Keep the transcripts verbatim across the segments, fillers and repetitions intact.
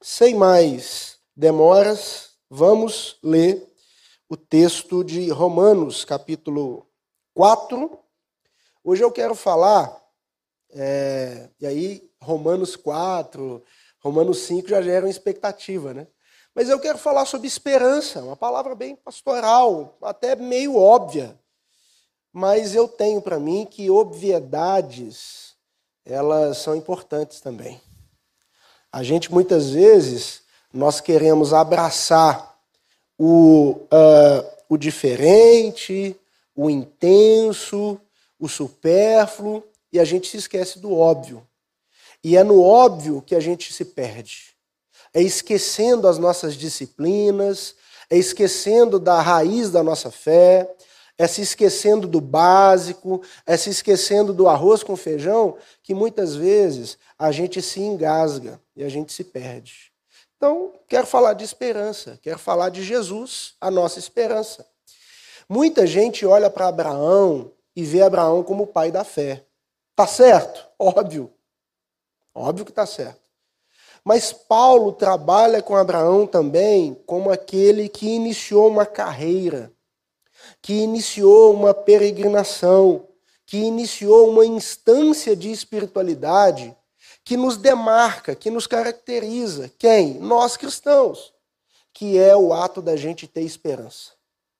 Sem mais demoras, vamos ler o texto de Romanos, capítulo quatro. Hoje eu quero falar, é, e aí Romanos quatro, Romanos cinco já geram expectativa, né? Mas eu quero falar sobre esperança, uma palavra bem pastoral, até meio óbvia. Mas eu tenho para mim que obviedades, elas são importantes também. A gente, muitas vezes, nós queremos abraçar o, uh, o diferente, o intenso, o supérfluo, e a gente se esquece do óbvio. E é no óbvio que a gente se perde. É esquecendo as nossas disciplinas, é esquecendo da raiz da nossa fé, é se esquecendo do básico, é se esquecendo do arroz com feijão, que muitas vezes a gente se engasga e a gente se perde. Então, quero falar de esperança, quero falar de Jesus, a nossa esperança. Muita gente olha para Abraão e vê Abraão como o pai da fé. Tá certo? Óbvio. Óbvio que tá certo. Mas Paulo trabalha com Abraão também como aquele que iniciou uma carreira, que iniciou uma peregrinação, que iniciou uma instância de espiritualidade que nos demarca, que nos caracteriza. Quem? Nós cristãos, que é o ato da gente ter esperança.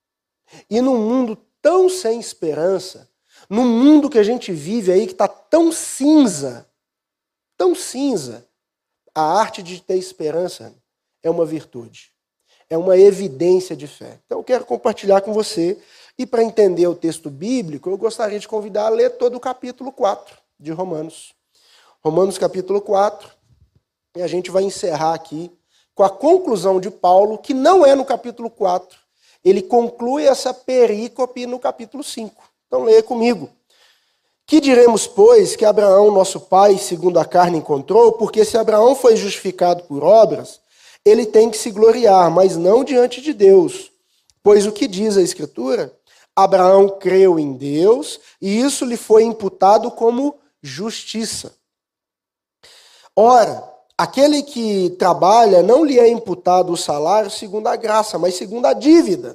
E num mundo tão sem esperança, num mundo que a gente vive aí que está tão cinza, tão cinza, a arte de ter esperança é uma virtude. É uma evidência de fé. Então eu quero compartilhar com você. E para entender o texto bíblico, eu gostaria de convidar a ler todo o capítulo quatro de Romanos. Romanos capítulo quatro. E a gente vai encerrar aqui com a conclusão de Paulo, que não é no capítulo quatro. Ele conclui essa perícope no capítulo cinco. Então leia comigo. Que diremos, pois, que Abraão, nosso pai, segundo a carne, encontrou? Porque se Abraão foi justificado por obras, ele tem que se gloriar, mas não diante de Deus. Pois o que diz a Escritura? Abraão creu em Deus e isso lhe foi imputado como justiça. Ora, aquele que trabalha não lhe é imputado o salário segundo a graça, mas segundo a dívida.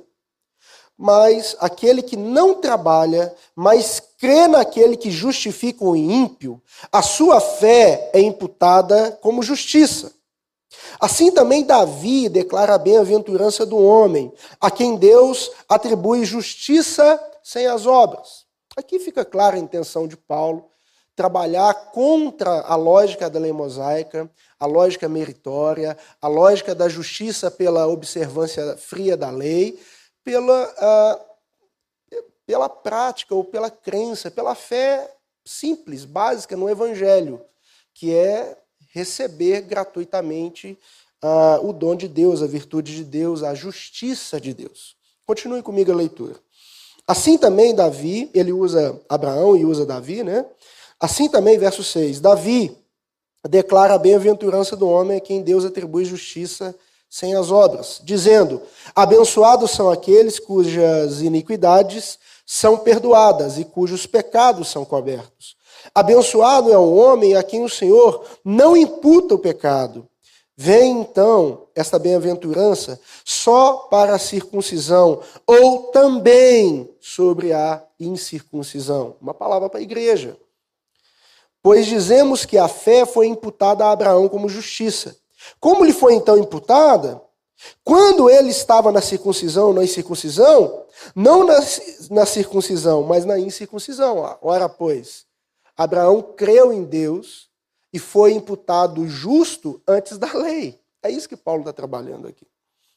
Mas aquele que não trabalha, mas crê naquele que justifica o ímpio, a sua fé é imputada como justiça. Assim também Davi declara a bem-aventurança do homem, a quem Deus atribui justiça sem as obras. Aqui fica clara a intenção de Paulo, trabalhar contra a lógica da lei mosaica, a lógica meritória, a lógica da justiça pela observância fria da lei, pela, uh, pela prática ou pela crença, pela fé simples, básica no Evangelho, que é receber gratuitamente uh, o dom de Deus, a virtude de Deus, a justiça de Deus. Continue comigo a leitura. Assim também Davi, ele usa Abraão e usa Davi, né? Assim também, verso seis, Davi declara a bem-aventurança do homem a quem Deus atribui justiça sem as obras, dizendo, abençoados são aqueles cujas iniquidades são perdoadas e cujos pecados são cobertos. Abençoado é o homem a quem o Senhor não imputa o pecado. Vem, então, esta bem-aventurança só para a circuncisão ou também sobre a incircuncisão. Uma palavra para a igreja. Pois dizemos que a fé foi imputada a Abraão como justiça. Como lhe foi, então, imputada? Quando ele estava na circuncisão ou na incircuncisão? Não na, na circuncisão, mas na incircuncisão. Ora, pois, Abraão creu em Deus e foi imputado justo antes da lei. É isso que Paulo está trabalhando aqui.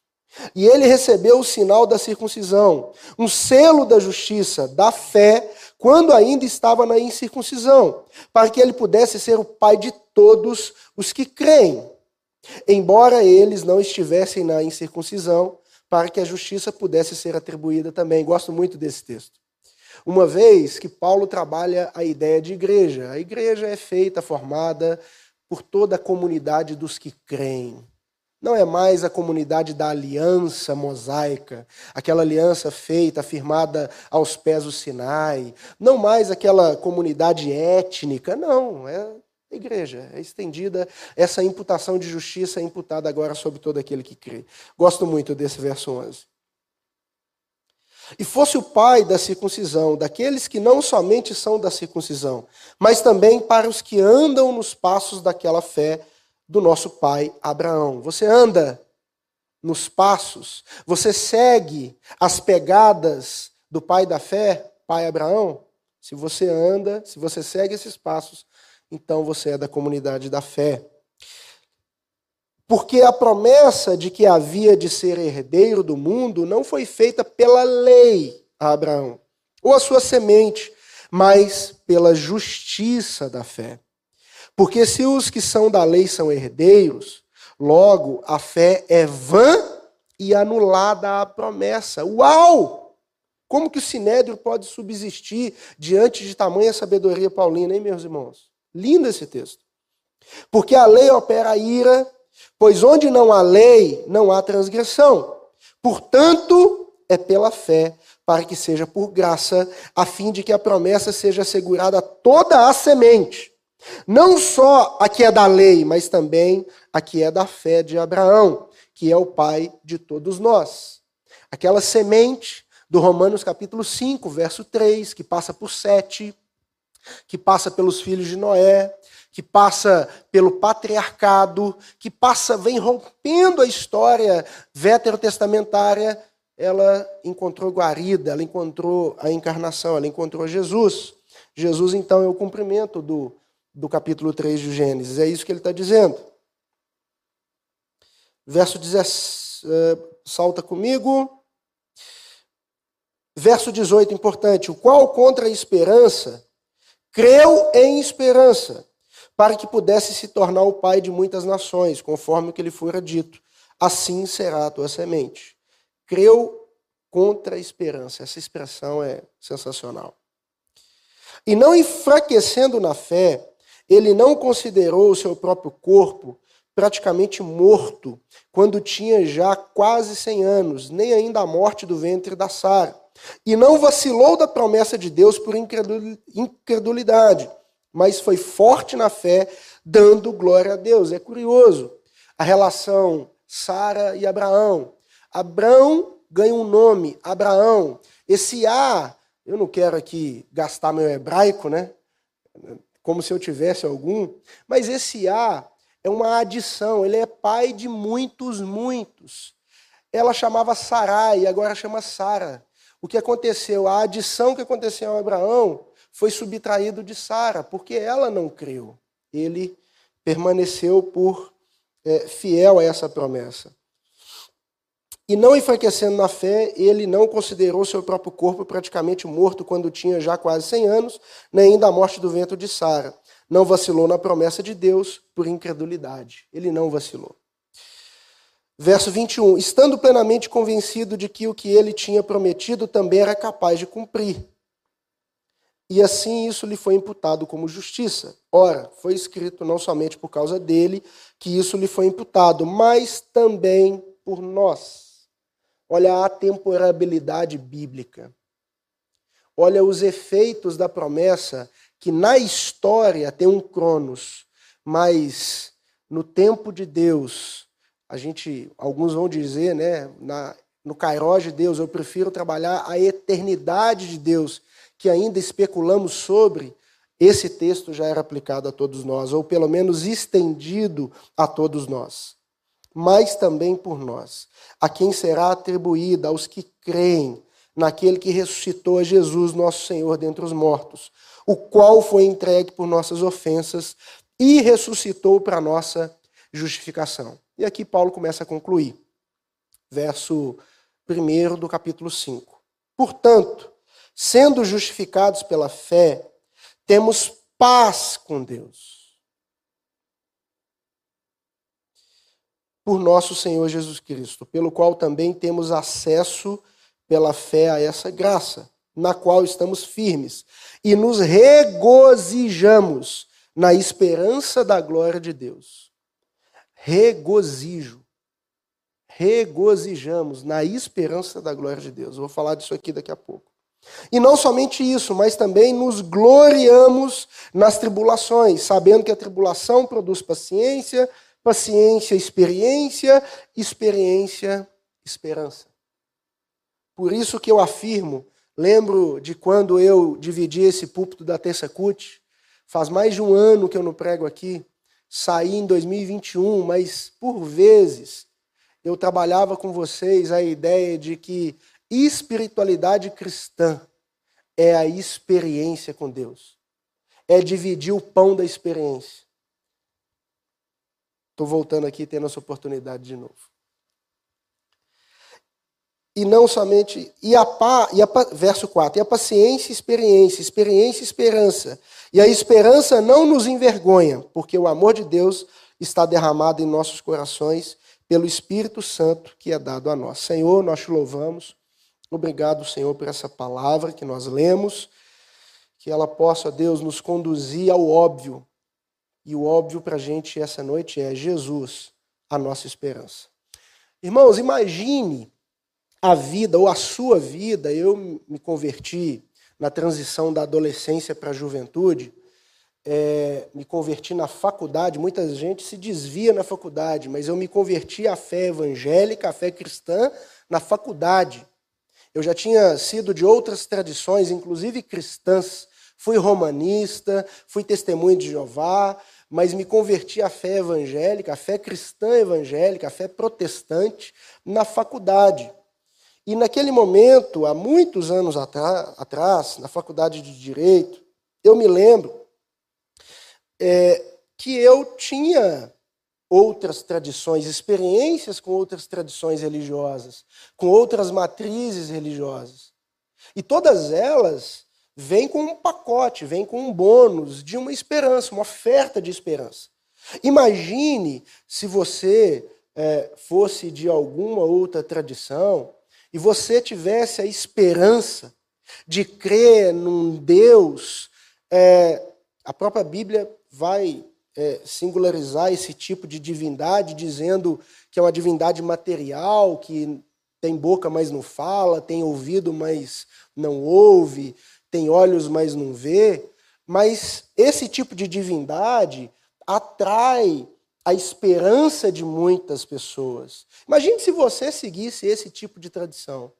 E ele recebeu o sinal da circuncisão, um selo da justiça, da fé, quando ainda estava na incircuncisão, para que ele pudesse ser o pai de todos os que creem, embora eles não estivessem na incircuncisão, para que a justiça pudesse ser atribuída também. Gosto muito desse texto. Uma vez que Paulo trabalha a ideia de igreja. A igreja é feita, formada por toda a comunidade dos que creem. Não é mais a comunidade da aliança mosaica, aquela aliança feita, firmada aos pés do Sinai. Não mais aquela comunidade étnica, não. É A igreja é estendida, essa imputação de justiça é imputada agora sobre todo aquele que crê. Gosto muito desse verso onze. E fosse o pai da circuncisão, daqueles que não somente são da circuncisão, mas também para os que andam nos passos daquela fé do nosso pai Abraão. Você anda nos passos, você segue as pegadas do pai da fé, pai Abraão? Se você anda, se você segue esses passos, então você é da comunidade da fé. Porque a promessa de que havia de ser herdeiro do mundo não foi feita pela lei a Abraão, ou a sua semente, mas pela justiça da fé. Porque se os que são da lei são herdeiros, logo a fé é vã e anulada a promessa. Uau! Como que o Sinédrio pode subsistir diante de tamanha sabedoria paulina, hein, meus irmãos? Lindo esse texto. Porque a lei opera a ira, pois onde não há lei, não há transgressão. Portanto, é pela fé, para que seja por graça, a fim de que a promessa seja assegurada a toda a semente. Não só a que é da lei, mas também a que é da fé de Abraão, que é o pai de todos nós. Aquela semente do Romanos capítulo cinco, verso três, que passa por sete, que passa pelos filhos de Noé, que passa pelo patriarcado, que passa, vem rompendo a história veterotestamentária, ela encontrou guarida, ela encontrou a encarnação, ela encontrou Jesus. Jesus, então, é o cumprimento do, do capítulo três de Gênesis. É isso que ele está dizendo. Verso dezessete, salta comigo. Verso dezoito, importante. O qual contra a esperança creu em esperança, para que pudesse se tornar o pai de muitas nações, conforme o que lhe fora dito. Assim será a tua semente. Creu contra a esperança. Essa expressão é sensacional. E não enfraquecendo na fé, ele não considerou o seu próprio corpo praticamente morto, quando tinha já quase cem anos, nem ainda a morte do ventre da Sara. E não vacilou da promessa de Deus por incredulidade, mas foi forte na fé, dando glória a Deus. É curioso a relação Sara e Abraão. Abraão ganha um nome, Abraão. Esse A, eu não quero aqui gastar meu hebraico, né? Como se eu tivesse algum, mas esse A é uma adição, ele é pai de muitos, muitos. Ela chamava Sarai, agora chama Sara. O que aconteceu? A adição que aconteceu a Abraão foi subtraído de Sara, porque ela não creu. Ele permaneceu por é, fiel a essa promessa. E não enfraquecendo na fé, ele não considerou seu próprio corpo praticamente morto quando tinha já quase cem anos, nem ainda a morte do ventre de Sara. Não vacilou na promessa de Deus por incredulidade. Ele não vacilou. Verso vinte e um. Estando plenamente convencido de que o que ele tinha prometido também era capaz de cumprir. E assim isso lhe foi imputado como justiça. Ora, foi escrito não somente por causa dele que isso lhe foi imputado, mas também por nós. Olha a atemporabilidade bíblica. Olha os efeitos da promessa que na história tem um cronos, mas no tempo de Deus, a gente, alguns vão dizer, né, na, no kairós de Deus, eu prefiro trabalhar a eternidade de Deus, que ainda especulamos sobre, esse texto já era aplicado a todos nós, ou pelo menos estendido a todos nós. Mas também por nós, a quem será atribuída aos que creem naquele que ressuscitou a Jesus, nosso Senhor, dentre os mortos, o qual foi entregue por nossas ofensas e ressuscitou para nossa justificação. E aqui Paulo começa a concluir. Verso primeiro do capítulo cinco. Portanto, sendo justificados pela fé, temos paz com Deus. Por nosso Senhor Jesus Cristo, pelo qual também temos acesso pela fé a essa graça, na qual estamos firmes, e nos regozijamos na esperança da glória de Deus. Regozijo. Regozijamos na esperança da glória de Deus. Eu vou falar disso aqui daqui a pouco. E não somente isso, mas também nos gloriamos nas tribulações, sabendo que a tribulação produz paciência, paciência, experiência, experiência, esperança. Por isso que eu afirmo, lembro de quando eu dividi esse púlpito da Terça Cut, faz mais de um ano que eu não prego aqui, saí em dois mil e vinte e um, mas por vezes eu trabalhava com vocês a ideia de que espiritualidade cristã é a experiência com Deus. É dividir o pão da experiência. Estou voltando aqui tendo essa oportunidade de novo. E não somente, e a, e a, verso quatro, e a paciência, experiência, experiência, esperança. E a esperança não nos envergonha, porque o amor de Deus está derramado em nossos corações pelo Espírito Santo que é dado a nós. Senhor, nós te louvamos. Obrigado, Senhor, por essa palavra que nós lemos, que ela possa, Deus, nos conduzir ao óbvio. E o óbvio para a gente essa noite é Jesus, a nossa esperança. Irmãos, imagine a vida, ou a sua vida. Eu me converti na transição da adolescência para a juventude, é, me converti na faculdade, muita gente se desvia na faculdade, mas eu me converti à fé evangélica, à fé cristã, na faculdade. Eu já tinha sido de outras tradições, inclusive cristãs. Fui romanista, fui testemunho de Jeová, mas me converti à fé evangélica, à fé cristã evangélica, à fé protestante, na faculdade. E naquele momento, há muitos anos atrás, na faculdade de Direito, eu me lembro é, que eu tinha outras tradições, experiências com outras tradições religiosas, com outras matrizes religiosas. E todas elas vêm com um pacote, vêm com um bônus de uma esperança, uma oferta de esperança. Imagine se você é, fosse de alguma outra tradição e você tivesse a esperança de crer num Deus. É, a própria Bíblia vai É, singularizar esse tipo de divindade, dizendo que é uma divindade material, que tem boca, mas não fala, tem ouvido, mas não ouve, tem olhos, mas não vê. Mas esse tipo de divindade atrai a esperança de muitas pessoas. Imagine se você seguisse esse tipo de tradição.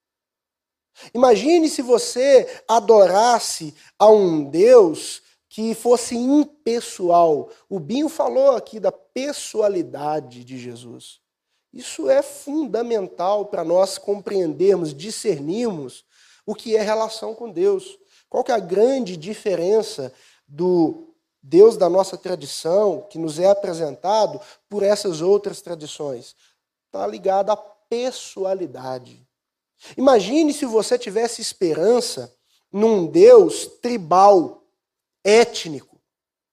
Imagine se você adorasse a um Deus que fosse impessoal. O Binho falou aqui da pessoalidade de Jesus. Isso é fundamental para nós compreendermos, discernirmos o que é relação com Deus. Qual que é a grande diferença do Deus da nossa tradição, que nos é apresentado, por essas outras tradições? Está ligado à pessoalidade. Imagine se você tivesse esperança num Deus tribal, étnico.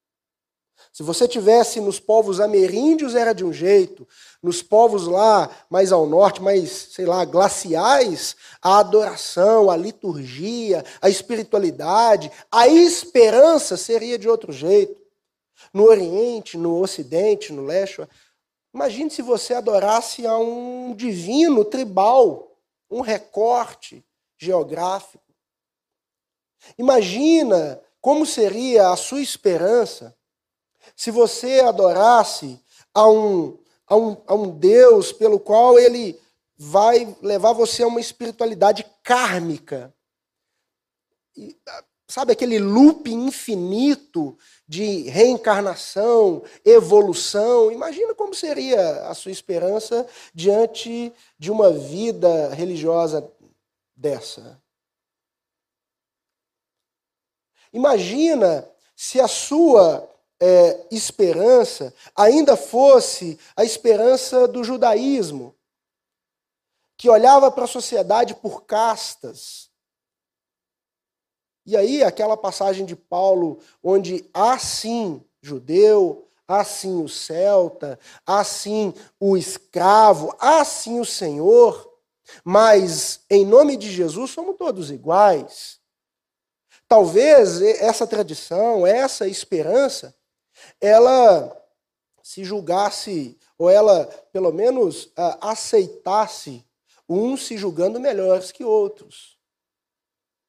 Se você tivesse nos povos ameríndios era de um jeito, nos povos lá mais ao norte, mais, sei lá, glaciais, a adoração, a liturgia, a espiritualidade, a esperança seria de outro jeito. No Oriente, no Ocidente, no Leste, imagine se você adorasse a um divino tribal, um recorte geográfico. Imagina como seria a sua esperança se você adorasse a um, a, um, a um Deus pelo qual ele vai levar você a uma espiritualidade kármica? E, sabe aquele loop infinito de reencarnação, evolução? Imagina como seria a sua esperança diante de uma vida religiosa dessa. Imagina se a sua é, esperança ainda fosse a esperança do judaísmo, que olhava para a sociedade por castas. E aí, aquela passagem de Paulo, onde há sim judeu, há sim o celta, há sim o escravo, há sim o senhor, mas em nome de Jesus somos todos iguais. Talvez essa tradição, essa esperança, ela se julgasse, ou ela, pelo menos, aceitasse uns se julgando melhores que outros.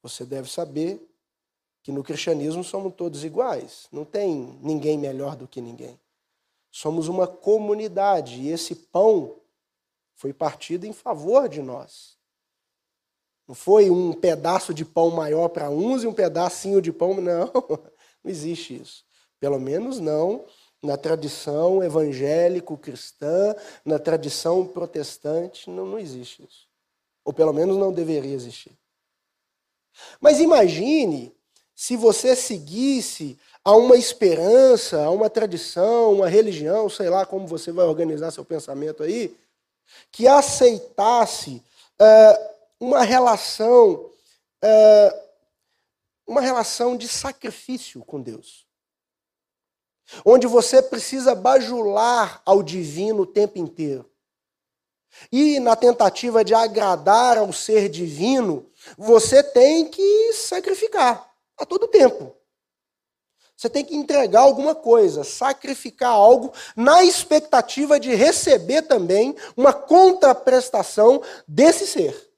Você deve saber que no cristianismo somos todos iguais. Não tem ninguém melhor do que ninguém. Somos uma comunidade e esse pão foi partido em favor de nós. Não foi um pedaço de pão maior para uns e um pedacinho de pão, não. Não existe isso. Pelo menos não na tradição evangélico-cristã, na tradição protestante, não, não existe isso. Ou pelo menos não deveria existir. Mas imagine se você seguisse a uma esperança, a uma tradição, uma religião, sei lá como você vai organizar seu pensamento aí, que aceitasse uh, uma relação, uh, uma relação de sacrifício com Deus. Onde você precisa bajular ao divino o tempo inteiro. E na tentativa de agradar ao ser divino, você tem que sacrificar a todo tempo. Você tem que entregar alguma coisa, sacrificar algo, na expectativa de receber também uma contraprestação desse ser.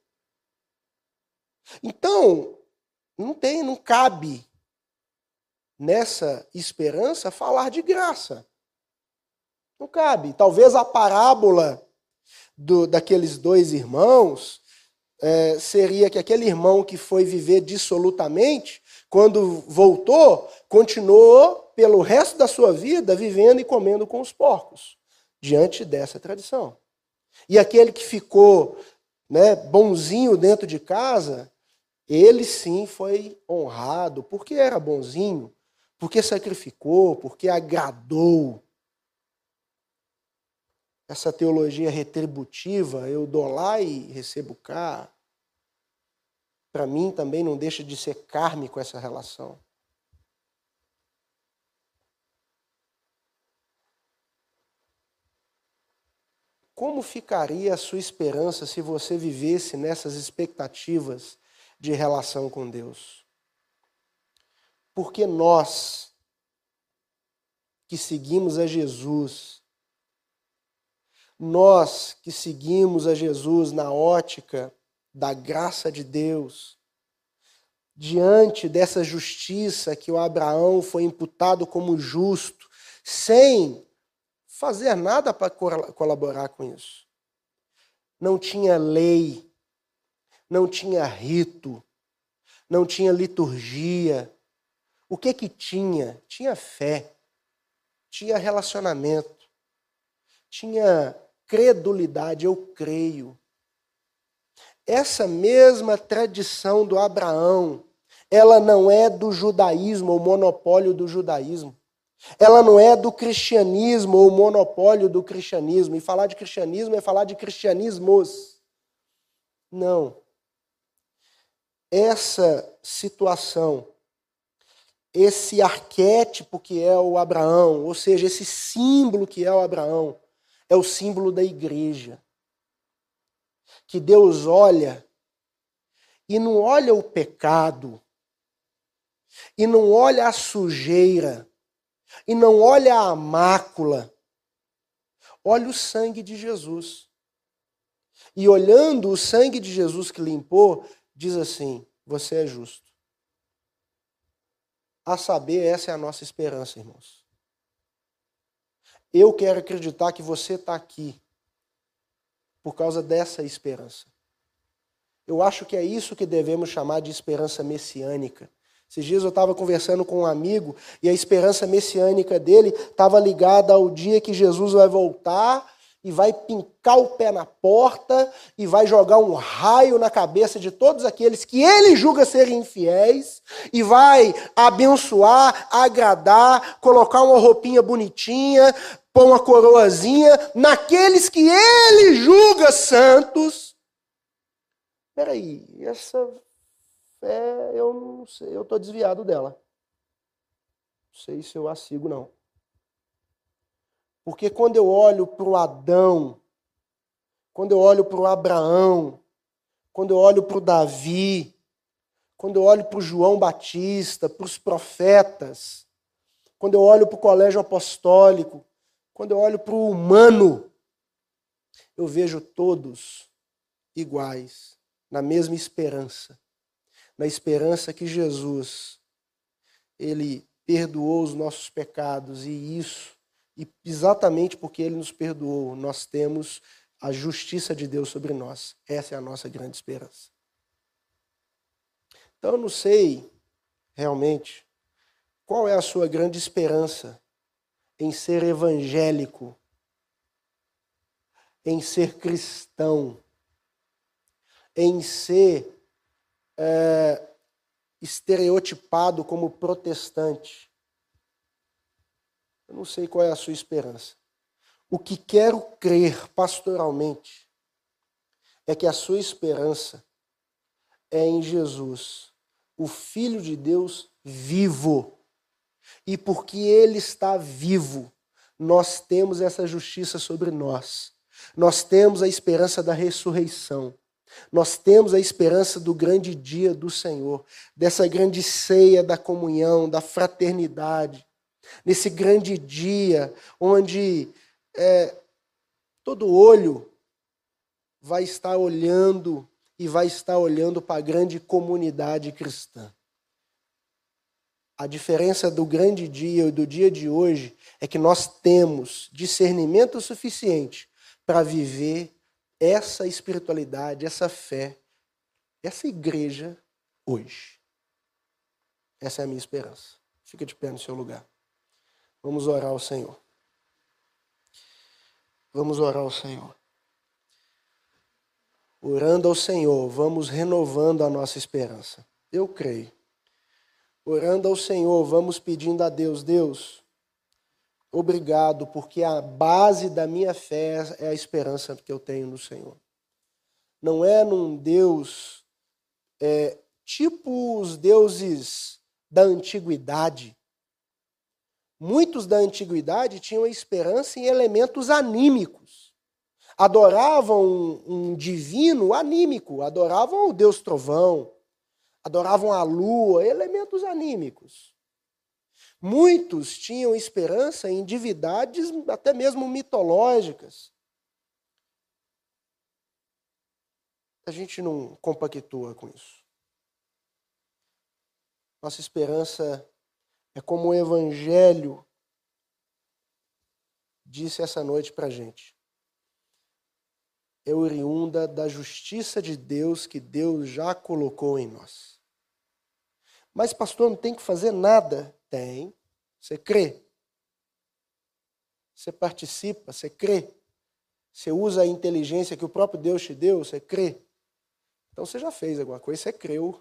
Então, não tem, não cabe nessa esperança falar de graça. Não cabe. Talvez a parábola do, daqueles dois irmãos é, seria que aquele irmão que foi viver dissolutamente, quando voltou, continuou pelo resto da sua vida vivendo e comendo com os porcos, diante dessa tradição. E aquele que ficou, né, bonzinho dentro de casa, ele sim foi honrado, porque era bonzinho, porque sacrificou, porque agradou. Essa teologia retributiva, eu dou lá e recebo cá, para mim também não deixa de ser kármico essa relação. Como ficaria a sua esperança se você vivesse nessas expectativas de relação com Deus? Porque nós, que seguimos a Jesus, nós que seguimos a Jesus na ótica da graça de Deus, diante dessa justiça que o Abraão foi imputado como justo, sem fazer nada para colaborar com isso. Não tinha lei, não tinha rito, não tinha liturgia. O que que tinha? Tinha fé, tinha relacionamento, tinha credulidade, eu creio. Essa mesma tradição do Abraão, ela não é do judaísmo, o monopólio do judaísmo. Ela não é do cristianismo, ou o monopólio do cristianismo. E falar de cristianismo é falar de cristianismos. Não. Essa situação, esse arquétipo que é o Abraão, ou seja, esse símbolo que é o Abraão, é o símbolo da igreja. Que Deus olha e não olha o pecado, e não olha a sujeira, e não olha a mácula, olha o sangue de Jesus. E olhando o sangue de Jesus que limpou, diz assim, você é justo. A saber, essa é a nossa esperança, irmãos. Eu quero acreditar que você está aqui por causa dessa esperança. Eu acho que é isso que devemos chamar de esperança messiânica. Esses dias eu estava conversando com um amigo e a esperança messiânica dele estava ligada ao dia que Jesus vai voltar e vai pincar o pé na porta e vai jogar um raio na cabeça de todos aqueles que ele julga serem infiéis e vai abençoar, agradar, colocar uma roupinha bonitinha, pôr uma coroazinha naqueles que ele julga santos. Peraí, essa fé, eu não sei, eu estou desviado dela. Não sei se eu a sigo, não. Porque quando eu olho para o Adão, quando eu olho para o Abraão, quando eu olho para o Davi, quando eu olho para o João Batista, para os profetas, quando eu olho para o colégio apostólico, quando eu olho para o humano, eu vejo todos iguais, na mesma esperança, na esperança que Jesus, Ele perdoou os nossos pecados e isso, e exatamente porque Ele nos perdoou, nós temos a justiça de Deus sobre nós. Essa é a nossa grande esperança. Então eu não sei, realmente, qual é a sua grande esperança em ser evangélico, em ser cristão, em ser é, estereotipado como protestante. Eu não sei qual é a sua esperança. O que quero crer pastoralmente é que a sua esperança é em Jesus, o Filho de Deus vivo. E porque Ele está vivo, nós temos essa justiça sobre nós. Nós temos a esperança da ressurreição. Nós temos a esperança do grande dia do Senhor, dessa grande ceia da comunhão, da fraternidade, nesse grande dia onde é, todo olho vai estar olhando e vai estar olhando para a grande comunidade cristã. A diferença do grande dia e do dia de hoje é que nós temos discernimento suficiente para viver essa espiritualidade, essa fé, essa igreja hoje. Essa é a minha esperança. Fica de pé no seu lugar. Vamos orar ao Senhor. Vamos orar ao Senhor. Orando ao Senhor, vamos renovando a nossa esperança. Eu creio. Orando ao Senhor, vamos pedindo a Deus, Deus, obrigado, porque a base da minha fé é a esperança que eu tenho no Senhor. Não é num Deus é, tipo os deuses da antiguidade. Muitos da antiguidade tinham esperança em elementos anímicos. Adoravam um, um divino anímico, adoravam o Deus trovão, adoravam a lua, elementos anímicos. Muitos tinham esperança em divindades até mesmo mitológicas. A gente não compactua com isso. Nossa esperança é como o Evangelho disse essa noite para a gente. É oriunda da justiça de Deus que Deus já colocou em nós. Mas, pastor, não tem que fazer nada. Tem. Você crê. Você participa, você crê. Você usa a inteligência que o próprio Deus te deu, você crê. Então você já fez alguma coisa, você creu.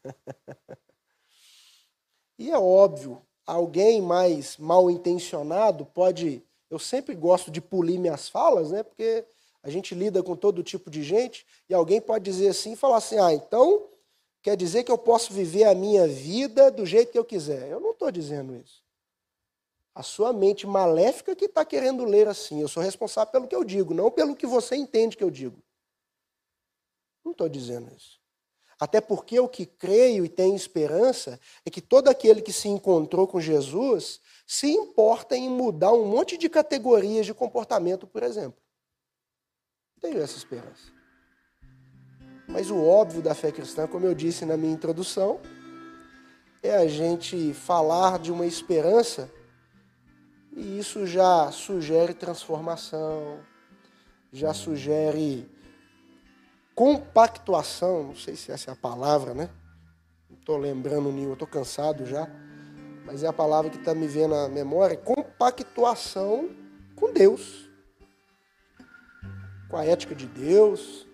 E é óbvio, alguém mais mal intencionado pode... Eu sempre gosto de polir minhas falas, né? Porque a gente lida com todo tipo de gente e alguém pode dizer assim, falar assim, ah, então quer dizer que eu posso viver a minha vida do jeito que eu quiser. Eu não estou dizendo isso. A sua mente maléfica que está querendo ler assim. Eu sou responsável pelo que eu digo, não pelo que você entende que eu digo. Não estou dizendo isso. Até porque o que creio e tenho esperança é que todo aquele que se encontrou com Jesus se importa em mudar um monte de categorias de comportamento, por exemplo. Tenho essa esperança. Mas o óbvio da fé cristã, como eu disse na minha introdução, é a gente falar de uma esperança e isso já sugere transformação, já sugere compactuação, não sei se essa é a palavra, né? Não estou lembrando nenhuma, estou cansado já, mas é a palavra que está me vendo na memória, compactuação com Deus, com a ética de Deus,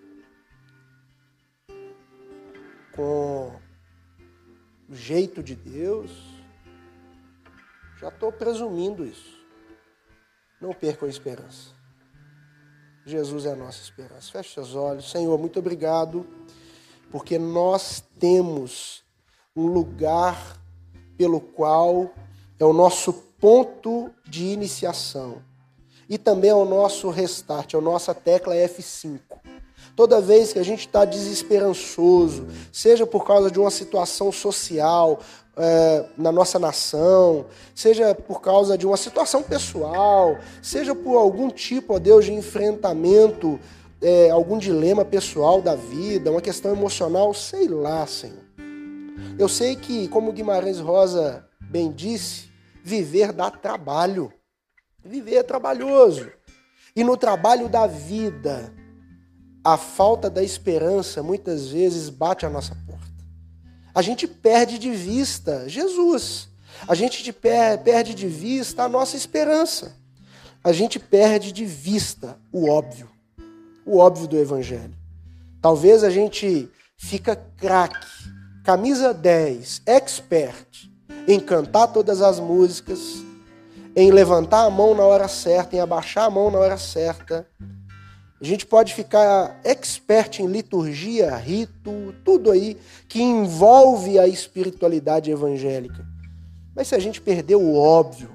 com o jeito de Deus. Já estou presumindo isso. Não percam a esperança. Jesus é a nossa esperança. Feche seus olhos. Senhor, muito obrigado, porque nós temos um lugar pelo qual é o nosso ponto de iniciação. E também é o nosso restart, é a nossa tecla F cinco. Toda vez que a gente está desesperançoso, seja por causa de uma situação social é, na nossa nação, seja por causa de uma situação pessoal, seja por algum tipo, ó Deus, de enfrentamento, é, algum dilema pessoal da vida, uma questão emocional, sei lá, Senhor. Eu sei que, como Guimarães Rosa bem disse, viver dá trabalho. Viver é trabalhoso. E no trabalho da vida, a falta da esperança muitas vezes bate à nossa porta. A gente perde de vista Jesus. A gente perde de vista a nossa esperança. A gente perde de vista o óbvio. O óbvio do Evangelho. Talvez a gente fica craque, camisa dez, expert, em cantar todas as músicas, em levantar a mão na hora certa, em abaixar a mão na hora certa. A gente pode ficar expert em liturgia, rito, tudo aí que envolve a espiritualidade evangélica. Mas se a gente perdeu o óbvio,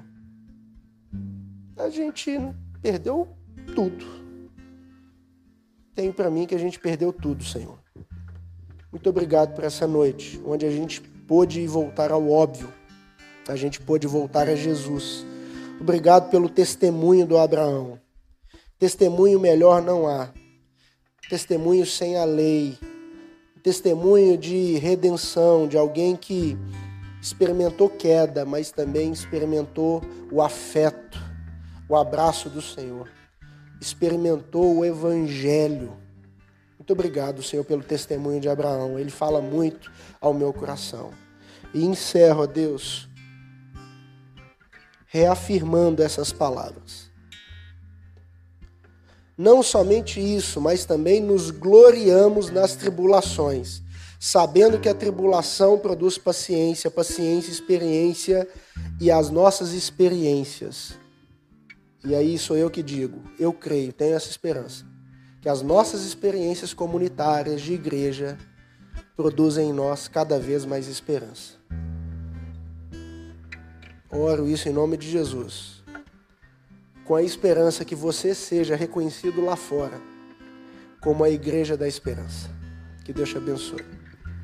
a gente perdeu tudo. Tenho para mim que a gente perdeu tudo, Senhor. Muito obrigado por essa noite, onde a gente pôde voltar ao óbvio. A gente pôde voltar a Jesus. Obrigado pelo testemunho do Abraão. Testemunho melhor não há. Testemunho sem a lei. Testemunho de redenção, de alguém que experimentou queda, mas também experimentou o afeto, o abraço do Senhor. Experimentou o Evangelho. Muito obrigado, Senhor, pelo testemunho de Abraão. Ele fala muito ao meu coração. E encerro, ó Deus, reafirmando essas palavras. Não somente isso, mas também nos gloriamos nas tribulações, sabendo que a tribulação produz paciência, paciência, experiência e as nossas experiências. E aí sou eu que digo, eu creio, tenho essa esperança, que as nossas experiências comunitárias de igreja produzem em nós cada vez mais esperança. Oro isso em nome de Jesus, com a esperança que você seja reconhecido lá fora como a igreja da esperança. Que Deus te abençoe.